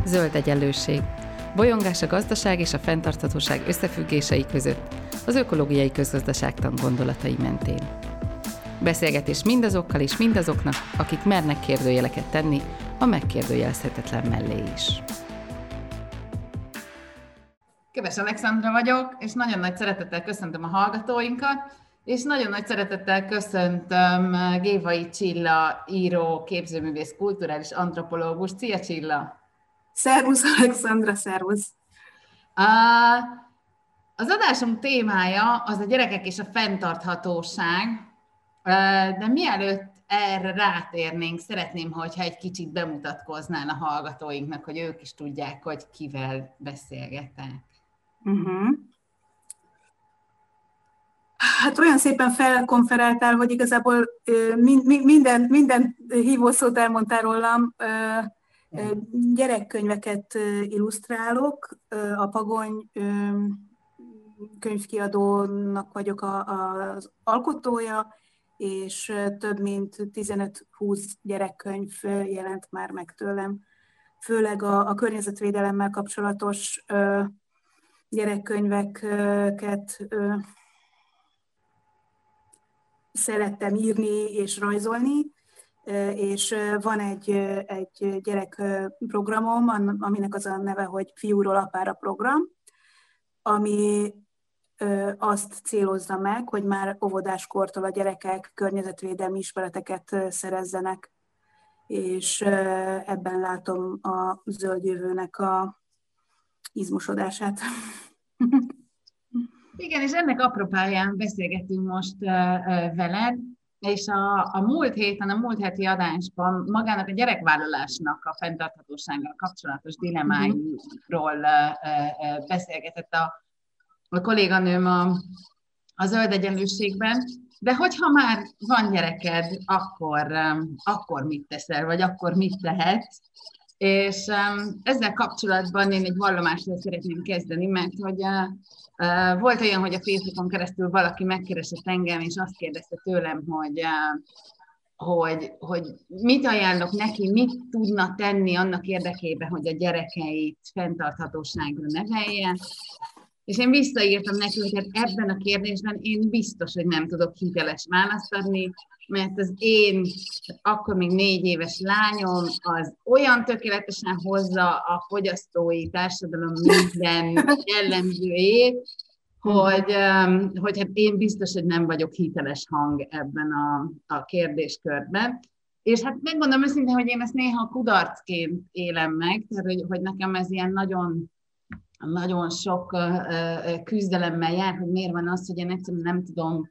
Zöld egyenlőség. Bolyongás a gazdaság és a fenntarthatóság összefüggései között, az ökológiai közgazdaságtan gondolatai mentén. Beszélgetés mindazokkal és mindazoknak, akik mernek kérdőjeleket tenni, a megkérdőjelezhetetlen mellé is. Keves Alexandra vagyok, és nagyon nagy szeretettel köszöntöm a hallgatóinkat, és nagyon nagy szeretettel köszöntöm Gévai Csilla író, képzőművész, kulturális antropológus. Szia, Csilla! Szervusz, Alexandra, szervusz! Az adásunk témája az a gyerekek és a fenntarthatóság, de mielőtt erre rátérnénk, szeretném, hogyha egy kicsit bemutatkoznál a hallgatóinknak, hogy ők is tudják, hogy kivel beszélgetek. Hát olyan szépen felkonferáltál, hogy igazából minden hívószót elmondtál rólam. Gyerekkönyveket illusztrálok, a Pagony könyvkiadónak vagyok az alkotója, és több mint 15-20 gyerekkönyv jelent már meg tőlem. Főleg a környezetvédelemmel kapcsolatos gyerekkönyveket szerettem írni és rajzolni, és van egy gyerekprogramom, aminek az a neve, hogy Fiúról apára program, ami azt célozza meg, hogy már óvodáskortól a gyerekek környezetvédelmi ismereteket szerezzenek, és ebben látom a zöld jövőnek a izmosodását. Igen, és ennek apropáján beszélgetünk most veled, és a múlt heti adásban magának a gyerekvállalásnak a fenntarthatósággal kapcsolatos dilemmáiról beszélgetett a kolléganőm a zöld egyenlőségben, de hogyha már van gyereked, akkor mit teszel, vagy akkor mit tehetsz? És ezzel kapcsolatban én egy vallomással szeretném kezdeni, mert hogy volt olyan, hogy a Facebookon keresztül valaki megkeresett engem, és azt kérdezte tőlem, hogy mit ajánlok neki, mit tudna tenni annak érdekében, hogy a gyerekeit fenntarthatóságra nevelje. És én visszaírtam neki, hogy hát ebben a kérdésben én biztos, hogy nem tudok hiteles választ adni, mert az én akkor még 4 éves lányom az olyan tökéletesen hozza a fogyasztói társadalom minden jellemzőjét, hogy hát én biztos, hogy nem vagyok hiteles hang ebben a kérdéskörben. És hát megmondom őszintén, hogy én ezt néha kudarcként élem meg, tehát hogy nekem ez ilyen nagyon sok küzdelemmel jár, hogy miért van az, hogy én egyszerűen nem tudom,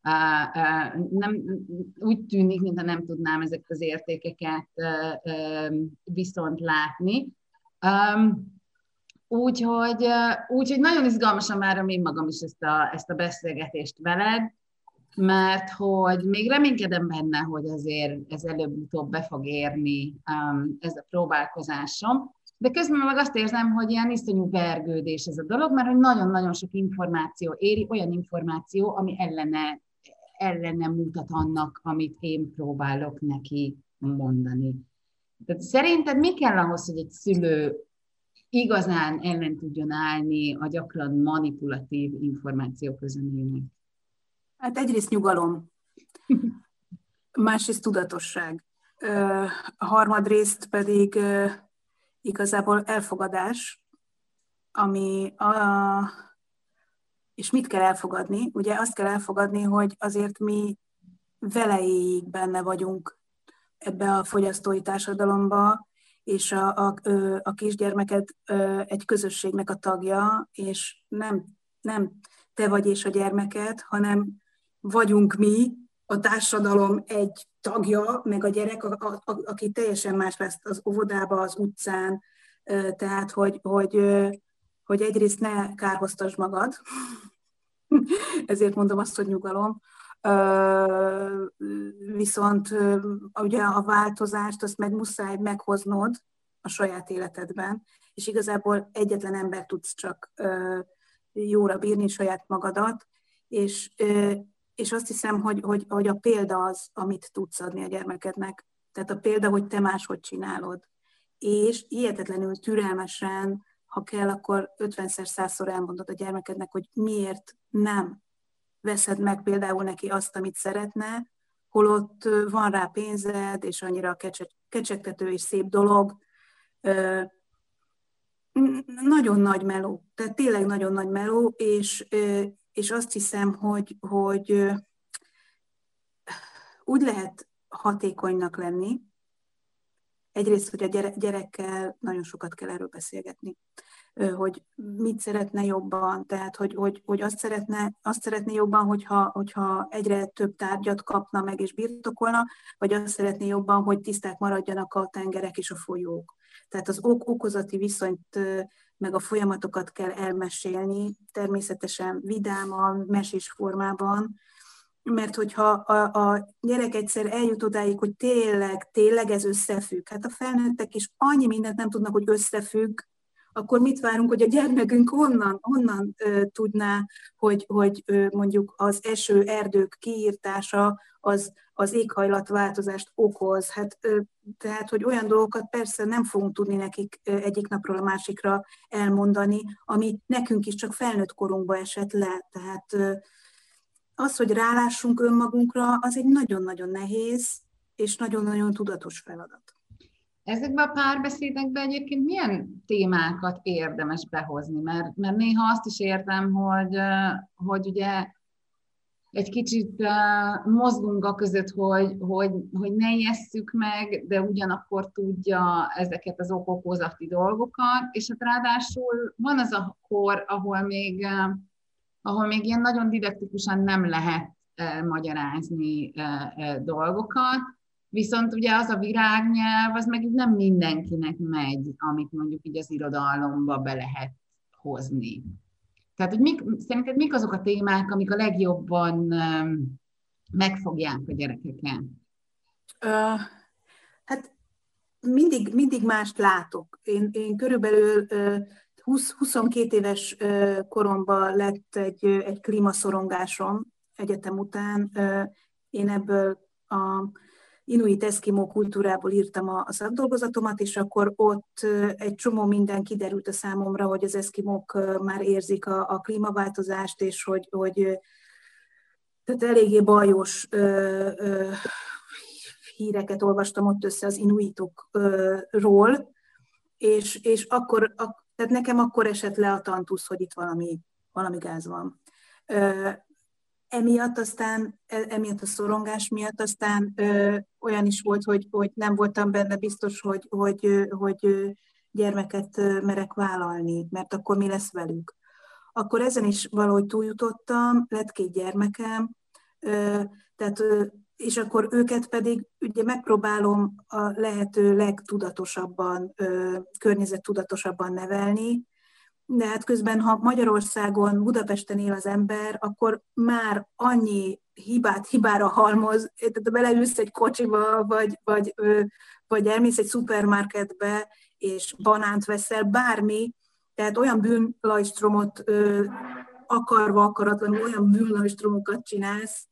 úgy tűnik, mintha nem tudnám ezeket az értékeket viszont látni. Úgyhogy nagyon izgalmasan várom én magam is ezt a beszélgetést veled, mert hogy még reménykedem benne, hogy azért ez előbb-utóbb be fog érni ez a próbálkozásom. De közben meg azt érzem, hogy ilyen iszonyú vergődés ez a dolog, mert hogy nagyon-nagyon sok információ éri, olyan információ, ami ellene mutat annak, amit én próbálok neki mondani. Tehát szerinted mi kell ahhoz, hogy egy szülő igazán ellen tudjon állni a gyakran manipulatív információ közönének? Hát egyrészt nyugalom, másrészt tudatosság, a harmadrészt pedig igazából elfogadás, és mit kell elfogadni? Ugye azt kell elfogadni, hogy azért mi veleig benne vagyunk ebbe a fogyasztói társadalomba, és a kisgyermeked egy közösségnek a tagja, és nem te vagy és a gyermeked, hanem vagyunk mi, a társadalom egy tagja, meg a gyerek, aki teljesen más lesz az óvodába, az utcán, tehát, hogy egyrészt ne kárhoztasd magad, ezért mondom azt, hogy nyugalom, viszont ugye a változást azt meg muszáj meghoznod a saját életedben, és igazából egyetlen ember tudsz csak jóra bírni saját magadat, és azt hiszem, hogy a példa az, amit tudsz adni a gyermekednek. Tehát a példa, hogy te máshogy csinálod. és hihetetlenül türelmesen, ha kell, akkor 50-szer, 100-szor elmondod a gyermekednek, hogy miért nem veszed meg például neki azt, amit szeretne, holott van rá pénzed, és annyira kecsegtető és szép dolog. Nagyon nagy meló, tehát tényleg nagyon nagy meló, és azt hiszem, hogy úgy lehet hatékonynak lenni, egyrészt, hogy a gyerekkel nagyon sokat kell erről beszélgetni, hogy mit szeretne jobban, tehát hogy azt szeretné jobban, hogyha egyre több tárgyat kapna meg és birtokolna, vagy azt szeretné jobban, hogy tiszták maradjanak a tengerek és a folyók. Tehát az okozati viszonyt meg a folyamatokat kell elmesélni, természetesen vidáman, mesés formában, mert hogyha a gyerek egyszer eljut odáig, hogy tényleg ez összefügg, hát a felnőttek is annyi mindent nem tudnak, hogy összefügg, akkor mit várunk, hogy a gyermekünk onnan tudná, hogy mondjuk az eső, erdők kiírtása az éghajlatváltozást okoz. Tehát, hogy olyan dolgokat persze nem fogunk tudni nekik egyik napról a másikra elmondani, ami nekünk is csak felnőtt korunkba esett le. Tehát az, hogy rálássunk önmagunkra, az egy nagyon-nagyon nehéz és nagyon-nagyon tudatos feladat. Ezekben a párbeszédekben egyébként milyen témákat érdemes behozni? Mert néha azt is értem, hogy ugye egy kicsit mozgunk a között, hogy ne ijesszük meg, de ugyanakkor tudja ezeket az okokozati dolgokat, és hát ráadásul van az a kor, ahol még ilyen nagyon didaktikusan nem lehet magyarázni dolgokat, viszont ugye az a virágnyelv, az meg nem mindenkinek megy, amit mondjuk így az irodalomba be lehet hozni. Tehát, hogy szerinted mik azok a témák, amik a legjobban megfogják a gyerekeket? Hát mindig mást látok. Én körülbelül 22 éves koromban lett egy klímaszorongásom egyetem után. Én ebből a inuit eszkimó kultúrából írtam a szakdolgozatomat, és akkor ott egy csomó minden kiderült a számomra, hogy az eszkimók már érzik a klímaváltozást, és hogy tehát eléggé bajos híreket olvastam ott össze az inuitokról, és akkor, tehát nekem akkor esett le a tantusz, hogy itt valami gáz van. Emiatt a szorongás miatt aztán olyan is volt, hogy nem voltam benne biztos, hogy gyermeket merek vállalni, mert akkor mi lesz velük. Akkor ezen is valahogy túljutottam, lett 2 gyermekem, tehát, és akkor őket pedig ugye megpróbálom a lehető legtudatosabban, környezettudatosabban nevelni, de hát közben, ha Magyarországon, Budapesten él az ember, akkor már annyi hibára halmoz, tehát beleülsz egy kocsiba, vagy elmész egy szupermarketbe, és banánt veszel, bármi, tehát olyan bűnlajstromot akarva, akaratlanul olyan bűnlajstromokat csinálsz,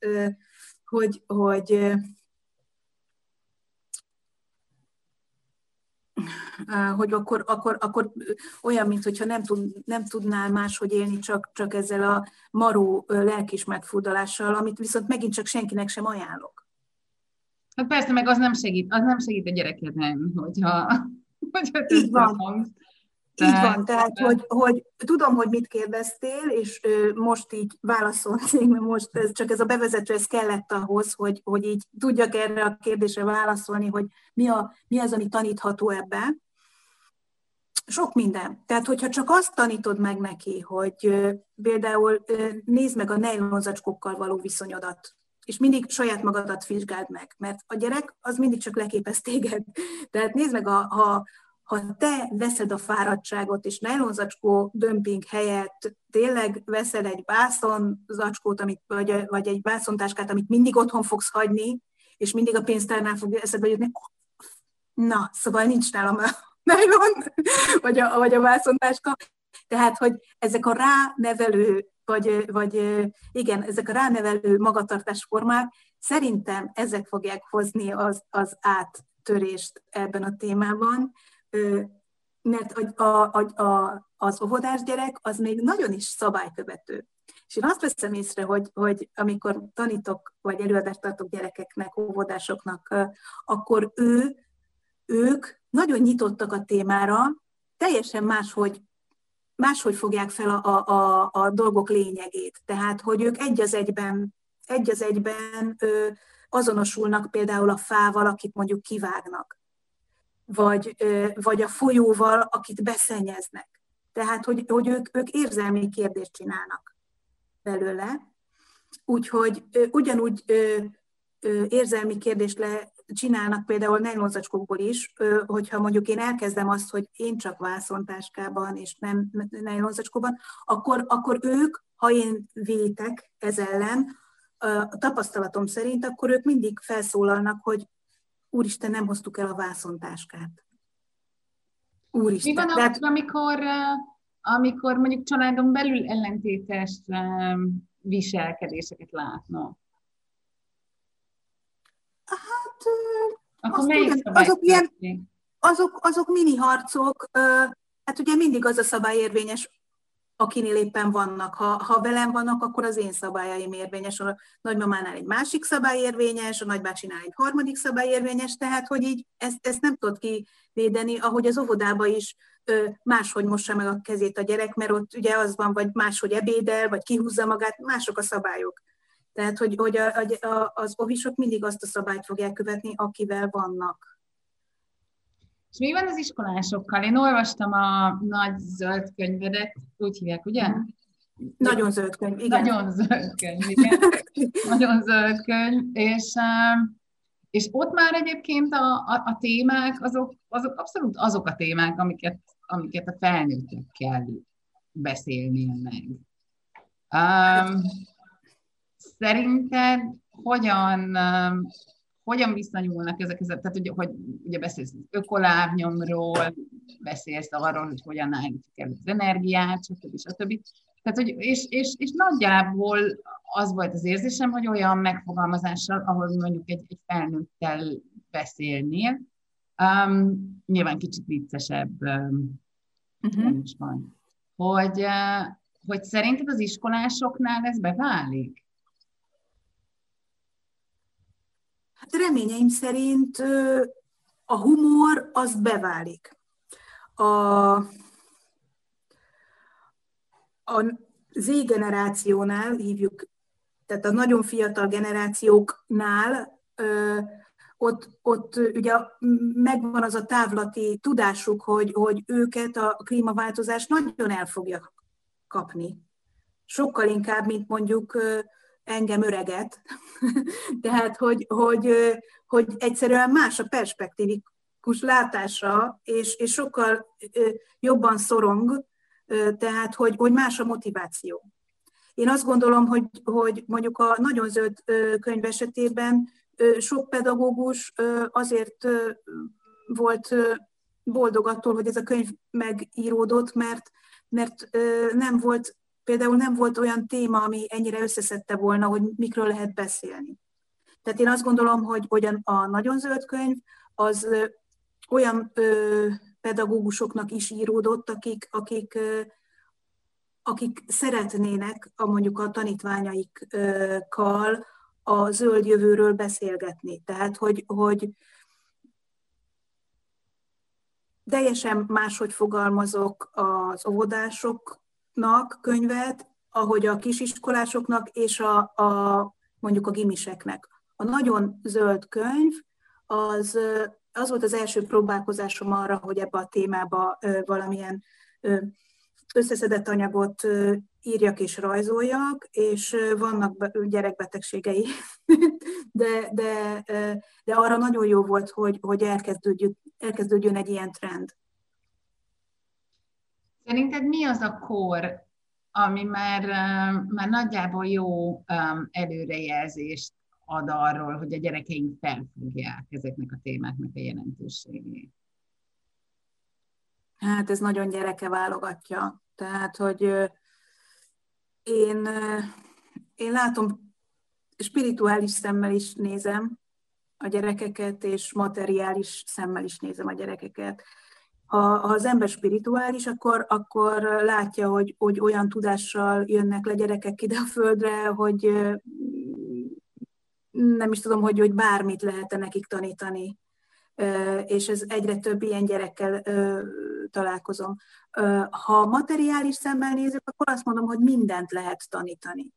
hogy akkor olyan, mintha nem tudnál máshogy élni, csak ezzel a maró lelkis megfurdalással, amit viszont megint csak senkinek sem ajánlok. Hát persze, meg az nem segít a gyerekednek, hogyha így van. Így van, tehát, hogy tudom, hogy mit kérdeztél, és most így válaszolnék, mert most csak ez a bevezető, ez kellett ahhoz, hogy így tudjak erre a kérdésre válaszolni, hogy mi az, ami tanítható ebbe. Sok minden. Tehát, hogyha csak azt tanítod meg neki, hogy például nézd meg a nejlonzacskókkal való viszonyodat, és mindig saját magadat vizsgáld meg, mert a gyerek az mindig csak leképez téged. Tehát nézd meg, ha te veszed a fáradtságot, és nejlonzacskó dömping helyett tényleg veszel egy vászonzacskót, vagy egy vászontáskát, amit mindig otthon fogsz hagyni, és mindig a pénztárnál fog eszedbe jutni, na, szóval nincs nálam a nejlon, vagy a vászontáska. Tehát, hogy ezek a ránevelő, ezek a ránevelő magatartásformák, szerintem ezek fogják hozni az áttörést ebben a témában. mert az óvodás gyerek az még nagyon is szabálykövető. És én azt veszem észre, hogy amikor tanítok, vagy előadást tartok gyerekeknek, óvodásoknak, akkor ők nagyon nyitottak a témára, teljesen máshogy fogják fel a dolgok lényegét. Tehát, hogy ők egy az egyben azonosulnak például a fával, akit mondjuk kivágnak, vagy a folyóval, akit beszennyeznek. Tehát, hogy ők érzelmi kérdést csinálnak belőle. Úgyhogy ugyanúgy érzelmi kérdést csinálnak például nejlonzacskókból is, hogyha mondjuk én elkezdem azt, hogy én csak vászontáskában és nem nejlonzacskóban, akkor ők, ha én vétek ez ellen, a tapasztalatom szerint, akkor ők mindig felszólalnak, hogy úristen, nem hoztuk el a vászontáskát. Úristen. Mi van akkor, amikor mondjuk családon belül ellentétes viselkedéseket látnak? Hát, azok mini harcok, hát ugye mindig az a szabály érvényes, akinél éppen vannak. Ha velem vannak, akkor az én szabályaim érvényes. A nagymamánál egy másik szabály érvényes, a nagybácsinál egy harmadik szabály érvényes, tehát hogy így ezt nem tudod kivédeni, ahogy az óvodában is máshogy mossa meg a kezét a gyerek, mert ott ugye az van, vagy máshogy ebédel, vagy kihúzza magát, mások a szabályok. Tehát, hogy az óvisok mindig azt a szabályt fogják követni, akivel vannak. És mi van az iskolásokkal? Én olvastam a nagy zöld könyvedet, úgy hívják, ugye? Nagyon zöld könyv, igen. Nagyon zöld könyv, igen. Nagyon zöld könyv, és ott már egyébként a témák, azok abszolút azok a témák, amiket a felnőttekkel beszélnél meg. Szerinted hogyan viszonyulnak ezekhez? Tehát, hogy ugye beszélsz az ökolábnyomról, beszélsz arról, hogy hogyan állítjuk el az energiát, stb. Tehát, hogy, és nagyjából az volt az érzésem, hogy olyan megfogalmazással, ahol mondjuk egy felnőttel beszélnél, nyilván kicsit viccesebb is van, hogy szerinted az iskolásoknál ez beválik? Hát reményeim szerint a humor az beválik. A Z-generációnál hívjuk, tehát a nagyon fiatal generációknál ott ugye megvan az a távlati tudásuk, hogy őket a klímaváltozás nagyon el fogja kapni. Sokkal inkább, mint mondjuk engem öreget. Tehát, hogy egyszerűen más a perspektívikus látása, és sokkal jobban szorong, tehát, hogy más a motiváció. Én azt gondolom, hogy mondjuk a Nagyon zöld könyv esetében sok pedagógus azért volt boldog attól, hogy ez a könyv megíródott, mert például nem volt olyan téma, ami ennyire összeszedte volna, hogy mikről lehet beszélni. Tehát én azt gondolom, hogy a Nagyon zöld könyv az olyan pedagógusoknak is íródott, akik szeretnének mondjuk a tanítványaikkal a zöld jövőről beszélgetni. Tehát, hogy teljesen máshogy fogalmazok az óvodásoknak könyvet, ahogy a kisiskolásoknak és mondjuk a gimiseknek. A Nagyon zöld könyv az volt az első próbálkozásom arra, hogy ebbe a témába valamilyen összeszedett anyagot írjak és rajzoljak, és vannak gyerekbetegségei, de arra nagyon jó volt, hogy elkezdődjön egy ilyen trend. Szerinted mi az a kor, ami már nagyjából jó előrejelzést ad arról, hogy a gyerekeink felfogják ezeknek a témáknak a jelentőségét? Hát ez nagyon gyereke válogatja. Tehát, hogy én látom, spirituális szemmel is nézem a gyerekeket, és materiális szemmel is nézem a gyerekeket. Ha az ember spirituális, akkor látja, hogy olyan tudással jönnek le gyerekek ide a földre, hogy nem is tudom, hogy bármit lehet nekik tanítani. És ez egyre több ilyen gyerekkel találkozom. Ha materiális szemmel nézzük, akkor azt mondom, hogy mindent lehet tanítani.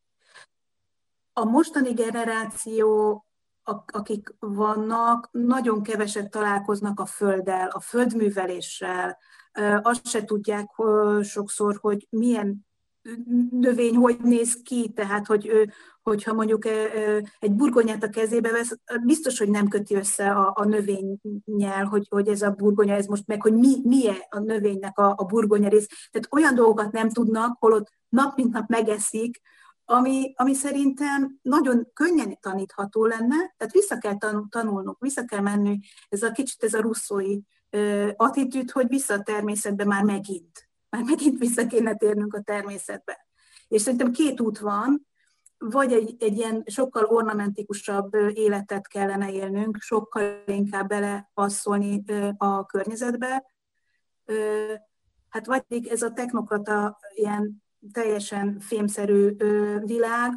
A mostani generáció, akik vannak, nagyon keveset találkoznak a földdel, a földműveléssel. Azt se tudják sokszor, hogy milyen növény hogy néz ki, tehát hogyha mondjuk egy burgonyát a kezébe vesz, biztos, hogy nem köti össze a növénynyel, hogy ez a burgonya, ez most meg, hogy mi a növénynek a burgonya rész. Tehát olyan dolgokat nem tudnak, holott nap mint nap megeszik, ami szerintem nagyon könnyen tanítható lenne, tehát vissza kell tanulnunk, vissza kell menni, ez a kicsit ez a russzói attitűd, hogy vissza a természetbe már megint vissza kéne térnünk a természetbe. És szerintem két út van, vagy egy ilyen sokkal ornamentikusabb életet kellene élnünk, sokkal inkább belepasszolni a környezetbe, hát vagy ez a technokrata ilyen teljesen fémszerű világ,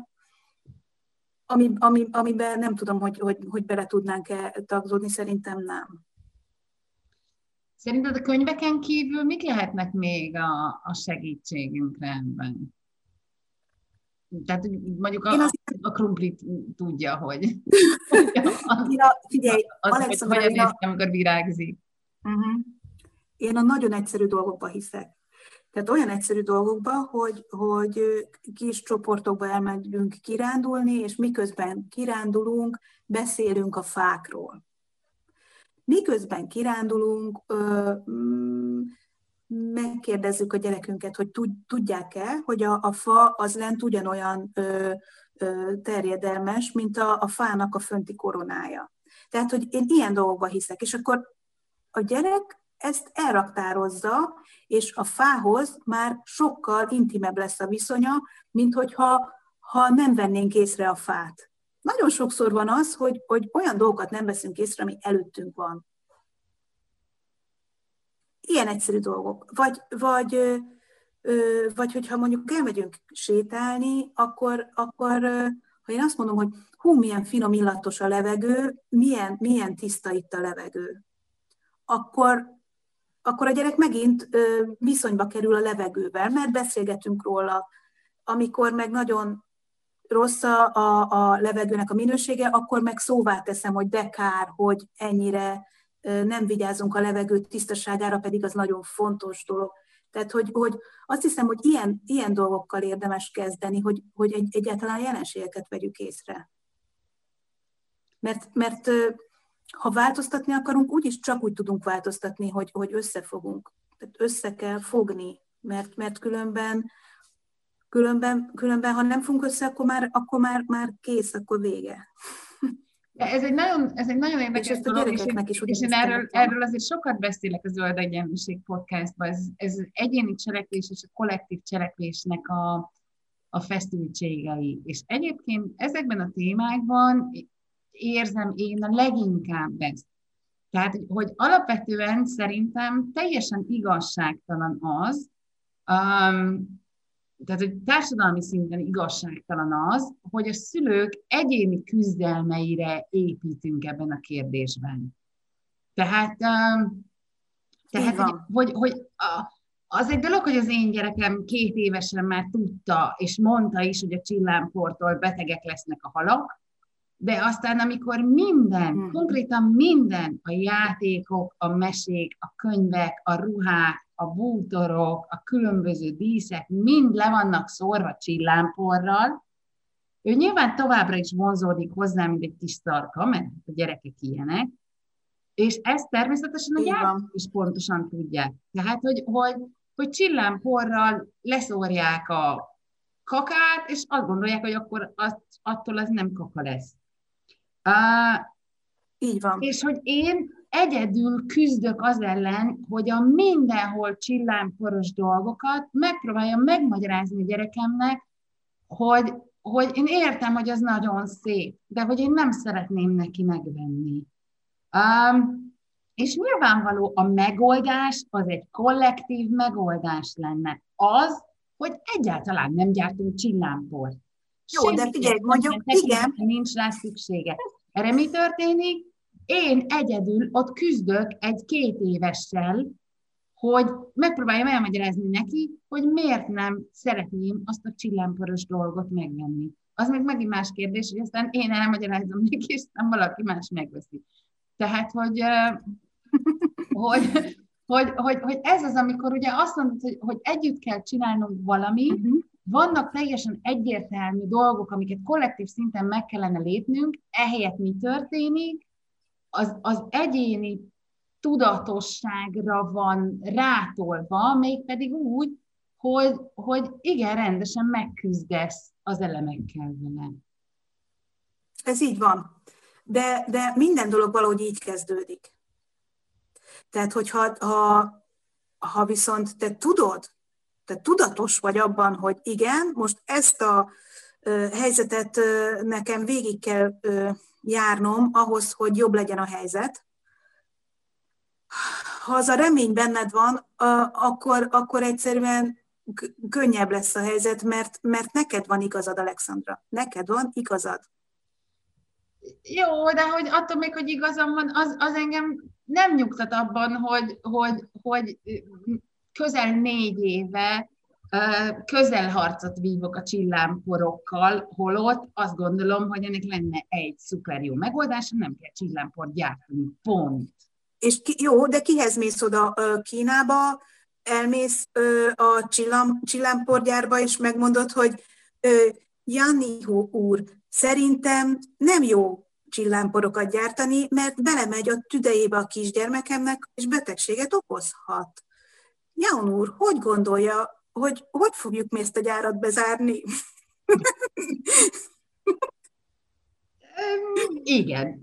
amiben nem tudom, hogy bele tudnánk-e tagzódni, szerintem nem. Szerinted a könyveken kívül mik lehetnek még a segítségünkre ebben? Tehát mondjuk a krumplit tudja, hogy figyelj, Alexandra, hogy néz ki, amikor virágzik. Én a nagyon egyszerű dolgokba hiszek. Tehát olyan egyszerű dolgokba, hogy kis csoportokba elmegyünk kirándulni, és miközben kirándulunk, beszélünk a fákról. Miközben kirándulunk, megkérdezzük a gyerekünket, hogy tudják-e, hogy a fa az lent ugyanolyan terjedelmes, mint a fának a fönti koronája. Tehát, hogy én ilyen dolgokba hiszek. És akkor a gyerek ezt elraktározza, és a fához már sokkal intimebb lesz a viszonya, mint hogyha nem vennénk észre a fát. Nagyon sokszor van az, hogy olyan dolgokat nem veszünk észre, ami előttünk van. Ilyen egyszerű dolgok. Vagy hogyha mondjuk elmegyünk sétálni, akkor ha én azt mondom, hogy milyen finom illatos a levegő, milyen tiszta itt a levegő, akkor a gyerek megint viszonyba kerül a levegővel, mert beszélgetünk róla. Amikor meg nagyon rossz a levegőnek a minősége, akkor meg szóvá teszem, hogy de kár, hogy ennyire nem vigyázunk a levegő tisztaságára, pedig az nagyon fontos dolog. Tehát, hogy azt hiszem, hogy ilyen dolgokkal érdemes kezdeni, hogy egyáltalán jelenségeket vegyük észre. Mert ha változtatni akarunk, úgyis csak úgy tudunk változtatni, hogy összefogunk. Tehát össze kell fogni, mert különben, ha nem fogunk össze, akkor már kész, akkor vége. Ez egy nagyon érdekes dolog, és én erről azért sokat beszélek a Zöld Egyenlőség podcastban. Ez egyéni cselekvés és a kollektív cselekvésnek a feszültségei. És egyébként ezekben a témákban érzem én a leginkább ezt. Tehát, hogy alapvetően szerintem teljesen igazságtalan az, tehát, hogy társadalmi szinten igazságtalan az, hogy a szülők egyéni küzdelmeire építünk ebben a kérdésben. Tehát hogy az egy dolog, hogy az én gyerekem 2 évesen már tudta, és mondta is, hogy a csillámporttól betegek lesznek a halak, de aztán, amikor konkrétan minden, a játékok, a mesék, a könyvek, a ruhák, a bútorok, a különböző díszek mind le vannak szórva csillámporral, ő nyilván továbbra is vonzódik hozzá, mint egy kis szarka, mert a gyerekek ilyenek, és ezt természetesen a gyermek is pontosan tudják. Tehát, hogy csillámporral leszórják a kakát, és azt gondolják, hogy akkor attól az nem kaka lesz. Így van. És hogy én egyedül küzdök az ellen, hogy a mindenhol csillámporos dolgokat megpróbáljam megmagyarázni a gyerekemnek, hogy én értem, hogy az nagyon szép, de hogy én nem szeretném neki megvenni. És nyilvánvaló a megoldás az egy kollektív megoldás lenne. Az, hogy egyáltalán nem gyártunk csillámport. Jó, de figyelj, mondjuk, igen. Nincs rá szüksége. Erre mi történik? Én egyedül ott küzdök egy 2 évessel, hogy megpróbáljam elmagyarázni neki, hogy miért nem szeretném azt a csillámporos dolgot megvenni. Az meg megint más kérdés, hogy aztán én elmagyarázom neki, és aztán valaki más megveszi. Tehát, hogy ez az, amikor ugye azt mondod, hogy együtt kell csinálnunk valamit, vannak teljesen egyértelmű dolgok, amiket kollektív szinten meg kellene lépnünk, ehelyett mi történik, az egyéni tudatosságra van rátolva, mégpedig úgy, hogy igen, rendesen megküzdesz az elemekkel vele. Ez így van. De minden dolog valahogy így kezdődik. Tehát, ha viszont te tudod, te tudatos vagy abban, hogy igen, most ezt a helyzetet nekem végig kell járnom ahhoz, hogy jobb legyen a helyzet. Ha az a remény benned van, akkor egyszerűen könnyebb lesz a helyzet, mert neked van igazad, Alexandra. Neked van igazad. Jó, de hogy attól még, hogy igazam van, az engem nem nyugtat abban, hogy közel 4 éve közelharcot vívok a csillámporokkal, holott azt gondolom, hogy ennek lenne egy szuper jó megoldása, nem kell csillámport gyártani, pont. És jó, de kihez mész oda? Kínába? Elmész a csillámportgyárba, és megmondod, hogy Jani úr, szerintem nem jó csillámporokat gyártani, mert belemegy a tüdejébe a kisgyermekemnek, és betegséget okozhat. Jan úr, hogy gondolja, hogy fogjuk mi ezt a gyárat bezárni? Igen,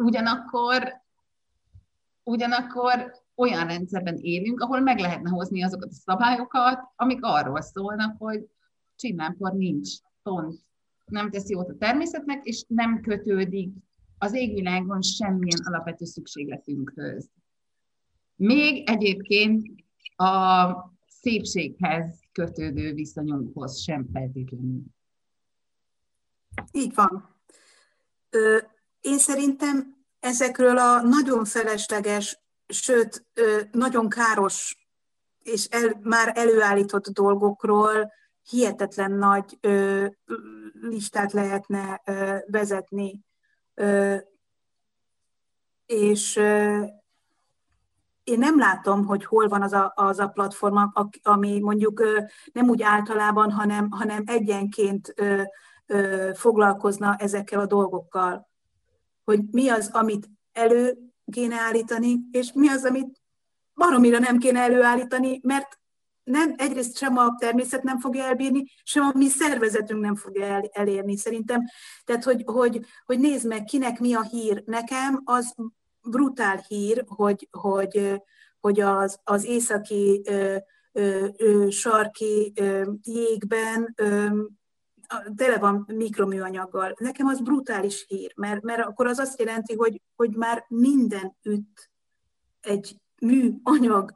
ugyanakkor olyan rendszerben élünk, ahol meg lehetne hozni azokat a szabályokat, amik arról szólnak, hogy csillámpor nincs, pont. Nem tesz jót a természetnek, és nem kötődik az égvilágon semmilyen alapvető szükségletünkhöz. Még egyébként a szépséghez kötődő viszonyunkhoz sem feltétlenül. Így van. Én szerintem ezekről a nagyon felesleges, sőt, nagyon káros és már előállított dolgokról hihetetlen nagy listát lehetne vezetni. És én nem látom, hogy hol van az a platform, ami mondjuk nem úgy általában, hanem egyenként foglalkozna ezekkel a dolgokkal. Hogy mi az, amit elő kéne állítani, és mi az, amit baromira nem kéne előállítani, mert nem, egyrészt sem a természet nem fogja elbírni, sem a mi szervezetünk nem fogja elérni szerintem. Tehát, hogy nézd meg, kinek mi a hír. Nekem az brutál hír, hogy az északi sarki jégben tele van mikroműanyaggal. Nekem az brutális hír, mert akkor az azt jelenti, hogy már mindenütt egy műanyag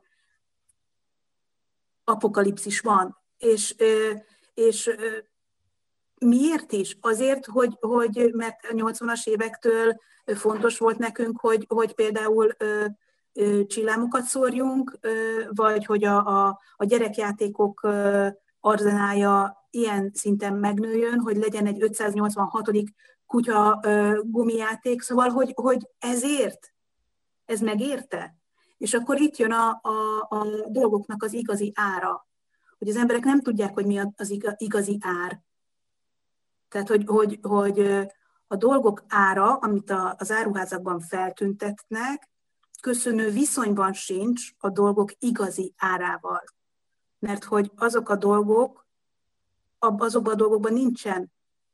apokalipszis van. És miért is? Azért, mert a 80-as évektől fontos volt nekünk, hogy például csillámokat szórjunk, vagy hogy a gyerekjátékok arzenálja ilyen szinten megnőjön, hogy legyen egy 586. kutya gumijáték, szóval, hogy ezért, ez megérte. És akkor itt jön a dolgoknak az igazi ára, hogy az emberek nem tudják, hogy mi az igazi ár. Tehát, hogy a dolgok ára, amit az áruházakban feltüntetnek, köszönő viszonyban sincs a dolgok igazi árával. Mert hogy azok a dolgok, azokban a dolgokban nincsen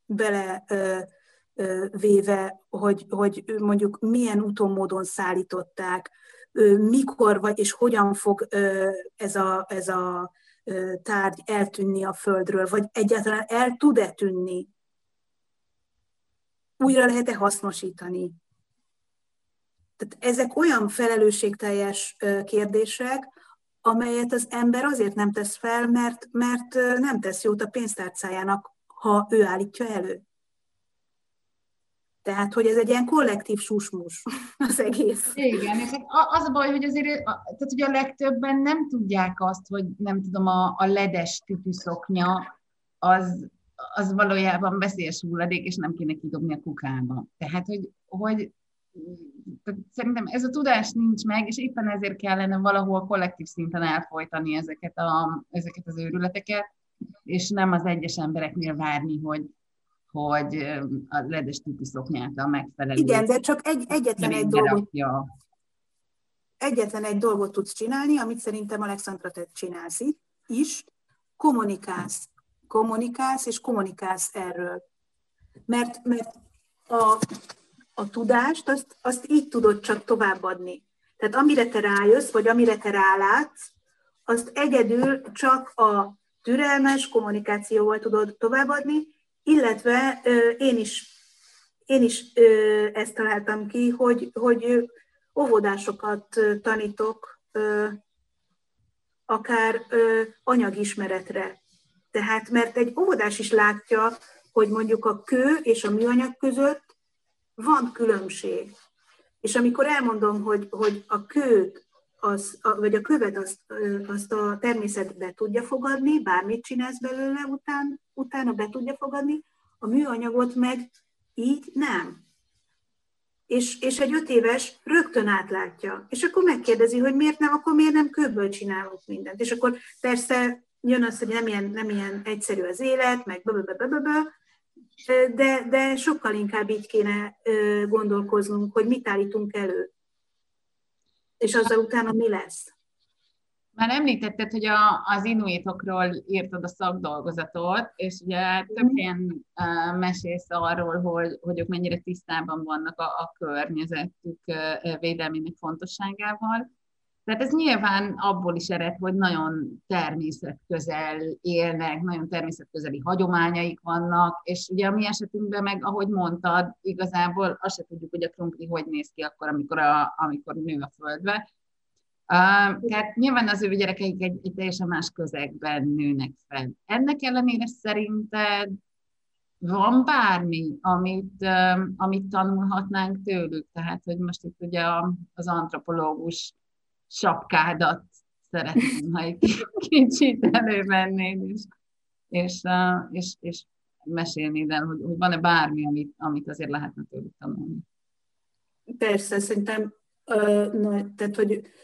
belevéve, hogy mondjuk milyen úton, módon szállították, mikor és hogyan fog ez a tárgy eltűnni a földről, vagy egyáltalán el tud-e tűnni. Újra lehet-e hasznosítani. Tehát ezek olyan felelősségteljes kérdések, amelyet az ember azért nem tesz fel, mert nem tesz jót a pénztárcájának, ha ő állítja elő. Tehát, hogy ez egy ilyen kollektív susmus az egész. Igen, és az a baj, hogy azért, tehát ugye a legtöbben nem tudják azt, hogy nem tudom, a ledes tütűszoknya az valójában veszélyes hulladék, és nem kéne kidobni a kukába. Tehát, hogy tehát szerintem ez a tudás nincs meg, és éppen ezért kellene valahol kollektív szinten elfojtani ezeket az őrületeket, és nem az egyes embereknél várni, hogy a ledes tütűszoknyát a megfelelő. Igen, de csak egyetlen egy dolgot tudsz csinálni, amit szerintem Alexandra te csinálsz is, kommunikálsz és kommunikálsz erről. Mert a tudást, azt így tudod csak továbbadni. Tehát amire te rájössz, vagy amire te rálátsz, azt egyedül csak a türelmes kommunikációval tudod továbbadni, illetve én is ezt találtam ki, hogy óvodásokat tanítok akár anyagismeretre. Tehát, mert egy óvodás is látja, hogy mondjuk a kő és a műanyag között van különbség. És amikor elmondom, hogy a kőt, vagy a követ azt a természet be tudja fogadni, bármit csinálsz belőle, utána be tudja fogadni, a műanyagot meg így nem. És egy 5 éves rögtön átlátja. És akkor megkérdezi, hogy miért nem kőből csinálunk mindent. És akkor persze jön az, hogy nem ilyen egyszerű az élet, meg de sokkal inkább így kéne gondolkoznunk, hogy mit állítunk elő. És azzal utána mi lesz. Már említetted, hogy az inuitokról írtad a szakdolgozatot, és ugye több helyen mesélsz arról, hogy ők mennyire tisztában vannak a környezetük védelmének fontosságával. Tehát ez nyilván abból is ered, hogy nagyon természetközel élnek, nagyon természetközeli hagyományaik vannak, és ugye a mi esetünkben meg, ahogy mondtad, igazából azt se tudjuk, hogy a krumpli hogy néz ki akkor, amikor nő a földbe. Tehát nyilván az ő gyerekeik egy teljesen más közegben nőnek fel. Ennek ellenére szerinted van bármi, amit tanulhatnánk tőlük? Tehát, hogy most itt ugye az antropológus sapkádat szeretném, ha egy kicsit elővennéd, és mesélnéd el, hogy van-e bármi, amit azért lehetne tőlük tanulni. Persze, szerintem, tehát,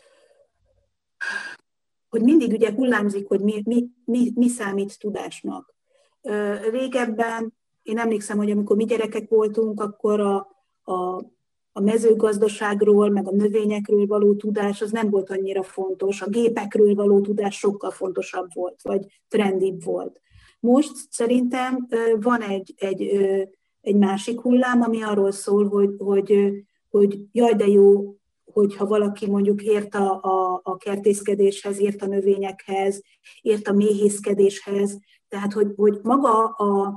hogy mindig ugye hullámzik, hogy mi számít tudásnak. Régebben, én emlékszem, hogy amikor mi gyerekek voltunk, akkor a mezőgazdaságról, meg a növényekről való tudás az nem volt annyira fontos, a gépekről való tudás sokkal fontosabb volt, vagy trendibb volt. Most szerintem van egy másik hullám, ami arról szól, hogy jaj, de jó, hogyha valaki mondjuk ért a kertészkedéshez, ért a növényekhez, ért a méhészkedéshez, tehát hogy maga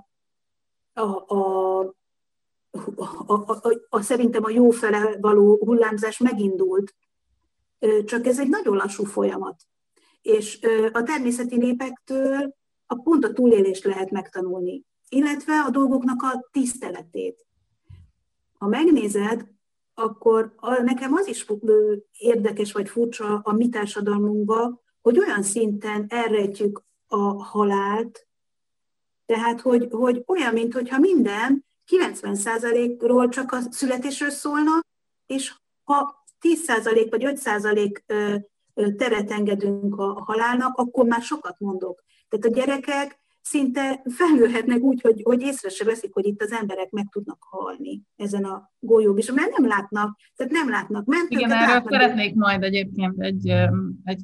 szerintem a jó fele való hullámzás megindult, csak ez egy nagyon lassú folyamat. És a természeti népektől pont a túlélést lehet megtanulni, illetve a dolgoknak a tiszteletét. Ha megnézed, akkor nekem az is érdekes vagy furcsa a mi társadalmunkban, hogy olyan szinten elrejtjük a halált, tehát hogy olyan, mintha minden 90%-ról csak a születésről szólna, és ha 10% vagy 5% teret engedünk a halálnak, akkor már sokat mondok. Tehát a gyerekek szinte felnőhetnek úgy, hogy észre se veszik, hogy itt az emberek meg tudnak halni ezen a golyón is, mert nem látnak, tehát nem látnak. Igen, erről szeretnék majd egyébként egy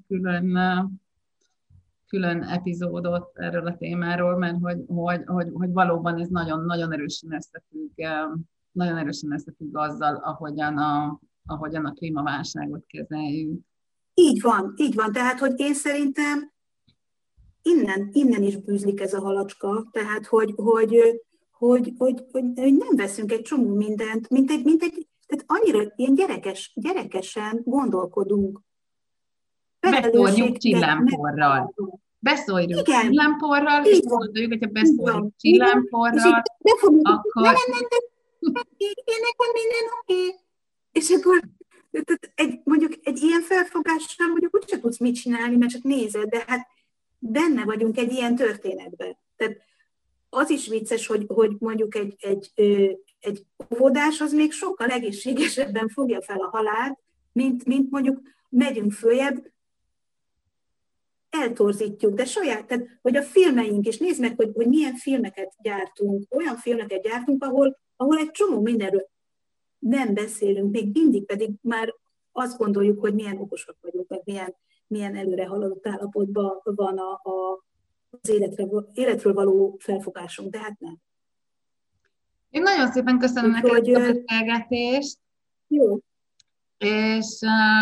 külön epizódot erről a témáról, mert hogy valóban ez nagyon erősen összefügg azzal, ahogyan a klímaválságot kezeljük. Így van. Tehát, hogy én szerintem innen is bűzlik ez a halacska, tehát, hogy nem veszünk egy csomó mindent, mint egy Tehát annyira ilyen gyerekesen gondolkodunk. Beszórjuk csillámporral. Beszórjuk csillámporral, és gondoljuk, hogyha beszórjuk csillámporral, akkor... Én nekem minden oké. És akkor mondjuk egy ilyen felfogással mondjuk úgyse tudsz mit csinálni, mert csak nézed, de hát benne vagyunk egy ilyen történetben. Tehát az is vicces, hogy mondjuk egy óvodás az még sokkal egészségesebben fogja fel a halált, mint mondjuk megyünk följebb, eltorzítjuk, de saját, tehát, hogy a filmeink is, nézd meg, hogy milyen filmeket gyártunk, olyan filmeket gyártunk, ahol egy csomó mindenről nem beszélünk, még mindig pedig már azt gondoljuk, hogy milyen okosak vagyunk, meg milyen előre haladott állapotban van az életről való felfogásunk, de hát nem. Én nagyon szépen köszönöm neked a beszélgetést. Jó. És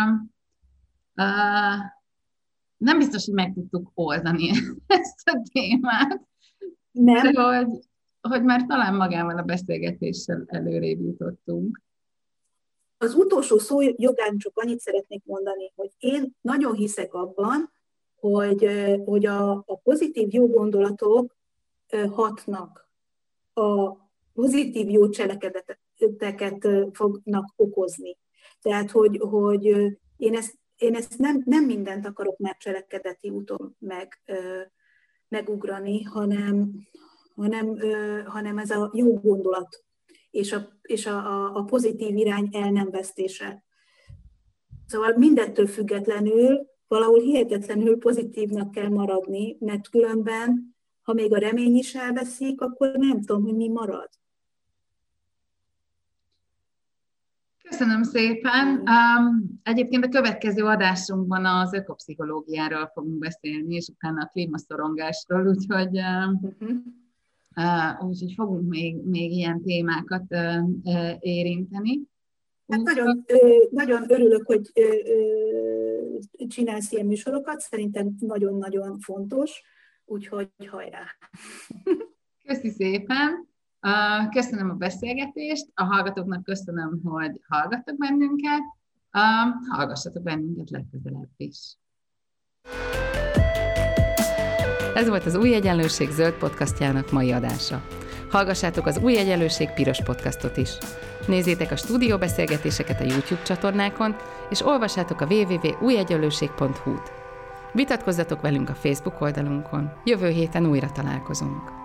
nem biztos, hogy meg tudtuk oldani ezt a témát, nem. De hogy már talán magával a beszélgetéssel előrébb jutottunk. Az utolsó szó jogán csak annyit szeretnék mondani, hogy én nagyon hiszek abban, hogy a pozitív jó gondolatok hatnak, a pozitív jó cselekedeteket fognak okozni. Tehát, hogy én ezt nem mindent akarok már cselekedeti úton megugrani, hanem ez a jó gondolat és a pozitív irány el nem vesztése. Szóval mindettől függetlenül valahol hihetetlenül pozitívnak kell maradni, mert különben, ha még a remény is elveszik, akkor nem tudom, hogy mi marad. Köszönöm szépen. Egyébként a következő adásunkban az ökopszichológiáról fogunk beszélni, és utána a klímaszorongásról, úgyhogy fogunk még ilyen témákat érinteni. Hát nagyon örülök, hogy csinálsz ilyen műsorokat, szerintem nagyon-nagyon fontos, úgyhogy hajrá! Köszi szépen! Köszönöm a beszélgetést, a hallgatóknak köszönöm, hogy hallgattak bennünket, hallgassatok bennünket legközelebb is. Ez volt az Új Egyenlőség zöld podcastjának mai adása. Hallgassátok az Új Egyenlőség piros podcastot is. Nézzétek a stúdióbeszélgetéseket a YouTube csatornákon, és olvassátok a www.újegyenlőség.hu-t. Vitatkozzatok velünk a Facebook oldalunkon. Jövő héten újra találkozunk.